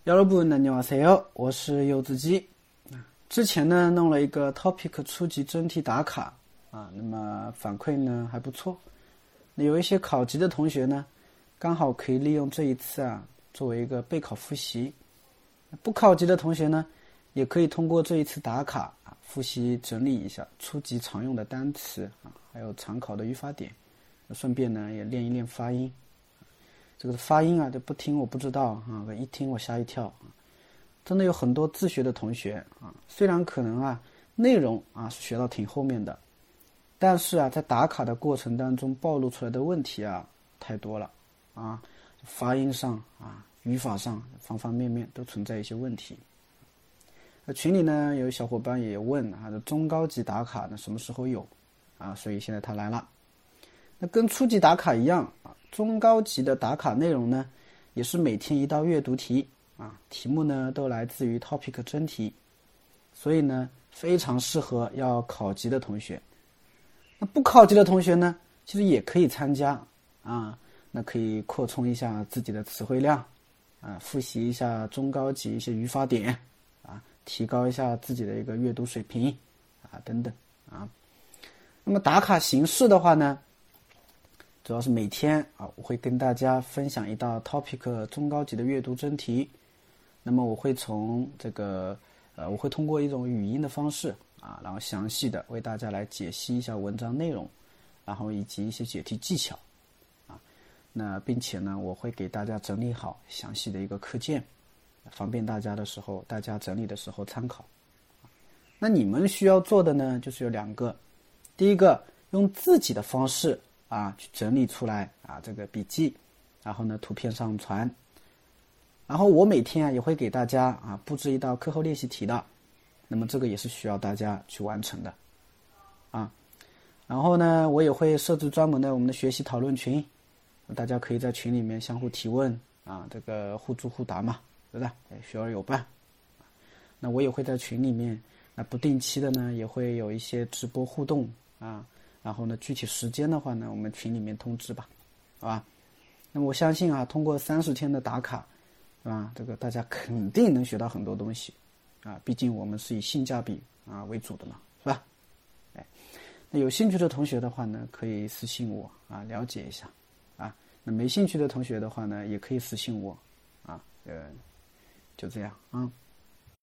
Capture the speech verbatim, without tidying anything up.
여러분 안녕하세요，我是柚子鸡。之前呢弄了一个 topic 初级真题打卡啊，那么反馈呢还不错。那有一些考级的同学呢，刚好可以利用这一次啊作为一个备考复习。不考级的同学呢，也可以通过这一次打卡啊复习整理一下初级常用的单词啊，还有常考的语法点，顺便呢也练一练发音。这个发音啊，这不听我不知道啊，一听我吓一跳啊！真的有很多自学的同学啊，虽然可能啊内容啊是学到挺后面的，但是啊在打卡的过程当中暴露出来的问题啊太多了啊，发音上啊、语法上方方面面都存在一些问题。那群里呢有小伙伴也问啊，这中高级打卡呢什么时候有啊？所以现在他来了。那跟初级打卡一样啊，中高级的打卡内容呢，也是每天一道阅读题啊，题目呢都来自于 topic 真题，所以呢非常适合要考级的同学。那不考级的同学呢，其实也可以参加啊，那可以扩充一下自己的词汇量啊，复习一下中高级一些语法点啊，提高一下自己的一个阅读水平啊等等啊。那么打卡形式的话呢，主要是每天啊，我会跟大家分享一道 topic 中高级的阅读真题。那么我会从这个呃，我会通过一种语音的方式啊，然后详细的为大家来解析一下文章内容，然后以及一些解题技巧啊。那并且呢，我会给大家整理好详细的一个课件，方便大家的时候，大家整理的时候参考。那你们需要做的呢，就是有两个，第一个用自己的方式啊，去整理出来啊这个笔记，然后呢图片上传，然后我每天啊也会给大家啊布置一道课后练习题的，那么这个也是需要大家去完成的啊。然后呢，我也会设置专门的我们的学习讨论群，大家可以在群里面相互提问啊，这个互助互答嘛，对不对？学而有伴。那我也会在群里面，那不定期的呢也会有一些直播互动啊。然后呢，具体时间的话呢，我们群里面通知吧，好吧？那么我相信啊，通过三十天的打卡，啊，这个大家肯定能学到很多东西，啊，毕竟我们是以性价比啊为主的嘛，是吧？哎，那有兴趣的同学的话呢，可以私信我啊，了解一下，啊，那没兴趣的同学的话呢，也可以私信我，啊，呃，就这样啊。